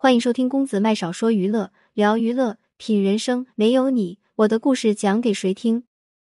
欢迎收听公子麦少说娱乐，聊娱乐，品人生。没有你，我的故事讲给谁听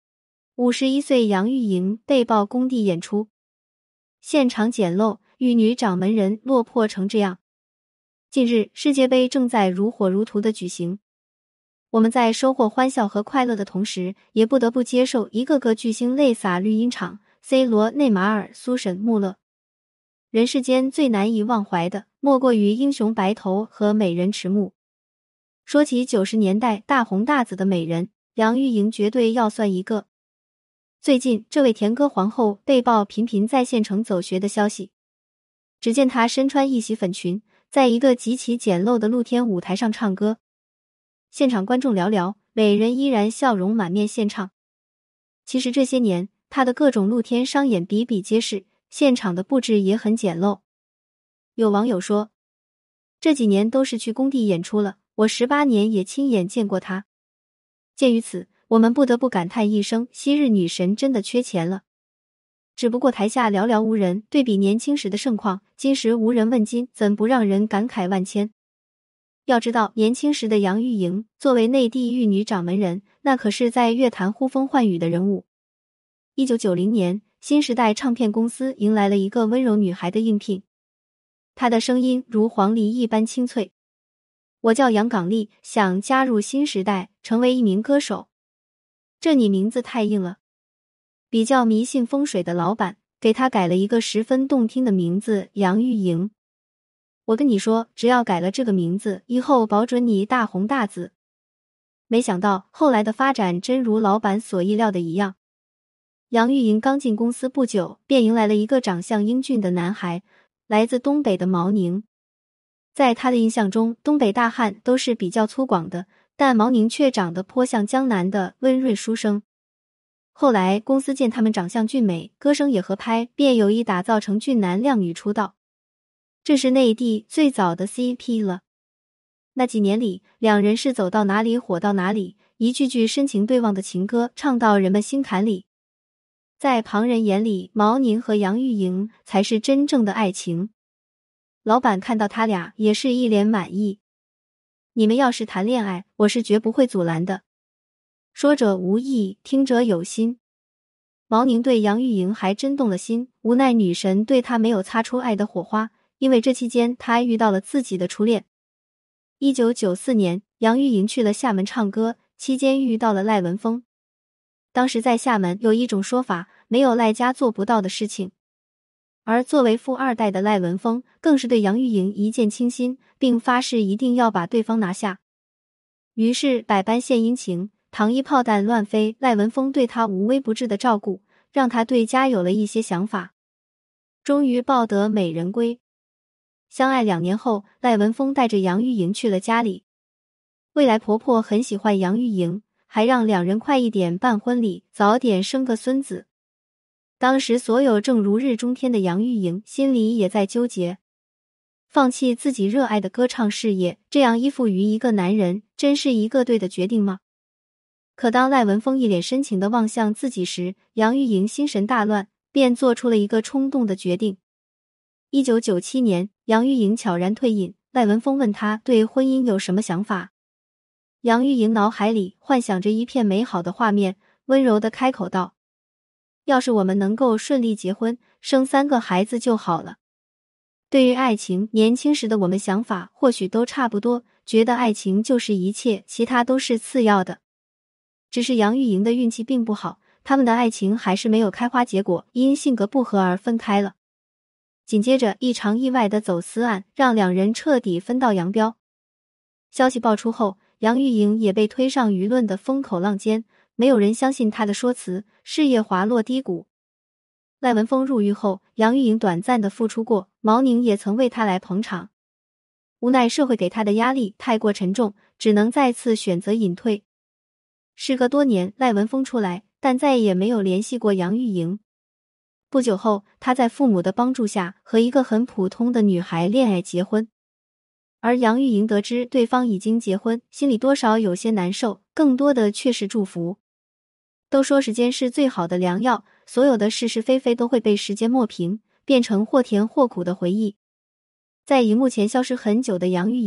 ？51岁杨钰莹被曝工地演出，现场简陋，玉女掌门人落魄成这样。近日，世界杯正在如火如荼的举行，我们在收获欢笑和快乐的同时，也不得不接受一个个巨星泪洒绿茵场 ，C 罗、内马尔、苏沈、穆勒。人世间最难以忘怀的，莫过于英雄白头和美人迟暮。说起90年代大红大紫的美人，杨钰莹绝对要算一个。最近，这位甜歌皇后被曝频频在县城走穴的消息。只见她身穿一袭粉裙，在一个极其简陋的露天舞台上唱歌，现场观众寥寥，美人依然笑容满面献唱。其实这些年，她的各种露天商演比比皆是，现场的布置也很简陋。有网友说，这几年都是去工地演出了，我18年也亲眼见过她。鉴于此，我们不得不感叹一声，昔日女神真的缺钱了。只不过台下寥寥无人，对比年轻时的盛况，今时无人问津，怎不让人感慨万千？要知道，年轻时的杨钰莹作为内地玉女掌门人，那可是在乐坛呼风唤雨的人物。1990年，新时代唱片公司迎来了一个温柔女孩的应聘，她的声音如黄鹂一般清脆。我叫杨港丽，想加入新时代，成为一名歌手。这你名字太硬了。比较迷信风水的老板给她改了一个十分动听的名字杨钰莹。我跟你说，只要改了这个名字，以后保准你大红大紫。没想到后来的发展真如老板所意料的一样。杨钰莹刚进公司不久，便迎来了一个长相英俊的男孩，来自东北的毛宁。在他的印象中，东北大汉都是比较粗犷的，但毛宁却长得颇像江南的温润书生。后来公司见他们长相俊美，歌声也合拍，便有意打造成俊男靓女出道。这是内地最早的 CP 了。那几年里，两人是走到哪里火到哪里，一句句深情对望的情歌唱到人们心坎里。在旁人眼里，毛宁和杨钰莹才是真正的爱情。老板看到他俩也是一脸满意。你们要是谈恋爱，我是绝不会阻拦的。说者无意，听者有心。毛宁对杨钰莹还真动了心，无奈女神对他没有擦出爱的火花，因为这期间他遇到了自己的初恋。1994年，杨钰莹去了厦门唱歌，期间遇到了赖文峰。当时在厦门有一种说法，没有赖家做不到的事情。而作为富二代的赖文峰更是对杨钰莹一见倾心，并发誓一定要把对方拿下。于是百般献殷勤，糖衣炮弹乱飞，赖文峰对他无微不至的照顾，让他对家有了一些想法。终于抱得美人归。相爱2年后，赖文峰带着杨钰莹去了家里。未来婆婆很喜欢杨钰莹，还让两人快一点办婚礼，早点生个孙子。当时所有正如日中天的杨钰莹心里也在纠结，放弃自己热爱的歌唱事业，这样依附于一个男人，真是一个对的决定吗？可当赖文峰一脸深情地望向自己时，杨钰莹心神大乱，便做出了一个冲动的决定。1997年，杨钰莹悄然退隐，赖文峰问她对婚姻有什么想法。杨钰莹脑海里幻想着一片美好的画面，温柔地开口道：要是我们能够顺利结婚，生3个孩子就好了。对于爱情，年轻时的我们想法或许都差不多，觉得爱情就是一切，其他都是次要的。只是杨钰莹的运气并不好，他们的爱情还是没有开花结果，因性格不合而分开了。紧接着，一场意外的走私案让两人彻底分道扬镳。消息爆出后，杨钰莹也被推上舆论的风口浪尖，没有人相信她的说辞，事业滑落低谷。赖文峰入狱后，杨钰莹短暂的复出过，毛宁也曾为她来捧场。无奈社会给她的压力太过沉重，只能再次选择隐退。时隔多年，赖文峰出来，但再也没有联系过杨钰莹。不久后，他在父母的帮助下和一个很普通的女孩恋爱结婚。而杨钰莹得知对方已经结婚，心里多少有些难受，更多的却是祝福。都说时间是最好的良药，所有的是是非非都会被时间磨平，变成或甜或苦的回忆。在荧幕前消失很久的杨钰莹，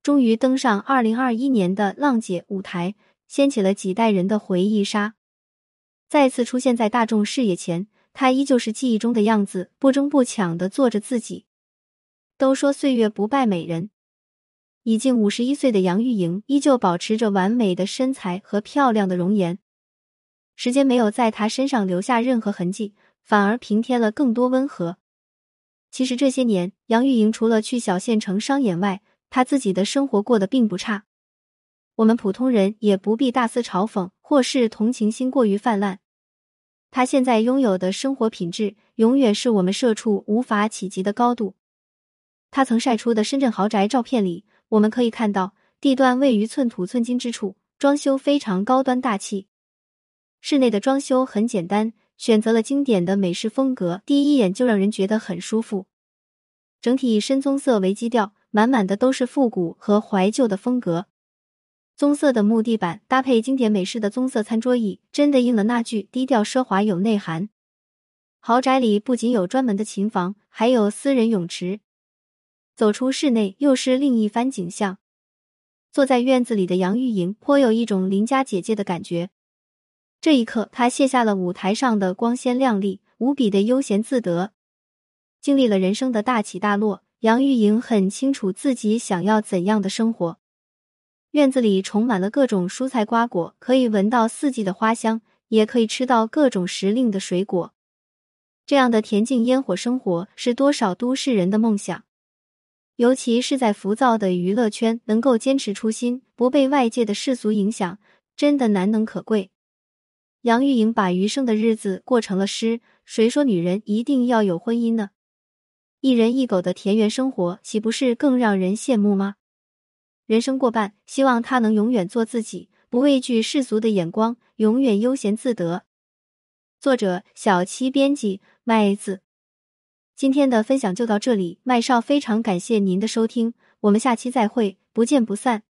终于登上2021年的浪姐舞台，掀起了几代人的回忆杀。再次出现在大众视野前，她依旧是记忆中的样子，不争不抢地做着自己。都说岁月不败美人，已经51岁的杨钰莹依旧保持着完美的身材和漂亮的容颜。时间没有在她身上留下任何痕迹，反而平添了更多温和。其实这些年，杨钰莹除了去小县城商演外，她自己的生活过得并不差。我们普通人也不必大肆嘲讽，或是同情心过于泛滥。她现在拥有的生活品质，永远是我们社畜无法企及的高度。她曾晒出的深圳豪宅照片里，我们可以看到地段位于寸土寸金之处，装修非常高端大气。室内的装修很简单，选择了经典的美式风格，第一眼就让人觉得很舒服。整体以深棕色为基调，满满的都是复古和怀旧的风格。棕色的木地板搭配经典美式的棕色餐桌椅，真的应了那句低调奢华有内涵。豪宅里不仅有专门的琴房，还有私人泳池。走出室内又是另一番景象。坐在院子里的杨钰莹颇有一种邻家姐姐的感觉。这一刻，她卸下了舞台上的光鲜亮丽，无比的悠闲自得。经历了人生的大起大落，杨钰莹很清楚自己想要怎样的生活。院子里充满了各种蔬菜瓜果，可以闻到四季的花香，也可以吃到各种时令的水果。这样的恬静烟火生活是多少都市人的梦想。尤其是在浮躁的娱乐圈，能够坚持初心，不被外界的世俗影响，真的难能可贵。杨钰莹把余生的日子过成了诗，谁说女人一定要有婚姻呢？一人一狗的田园生活，岂不是更让人羡慕吗？人生过半，希望她能永远做自己，不畏惧世俗的眼光，永远悠闲自得。作者小七，编辑麦子。今天的分享就到这里，麦少非常感谢您的收听，我们下期再会，不见不散。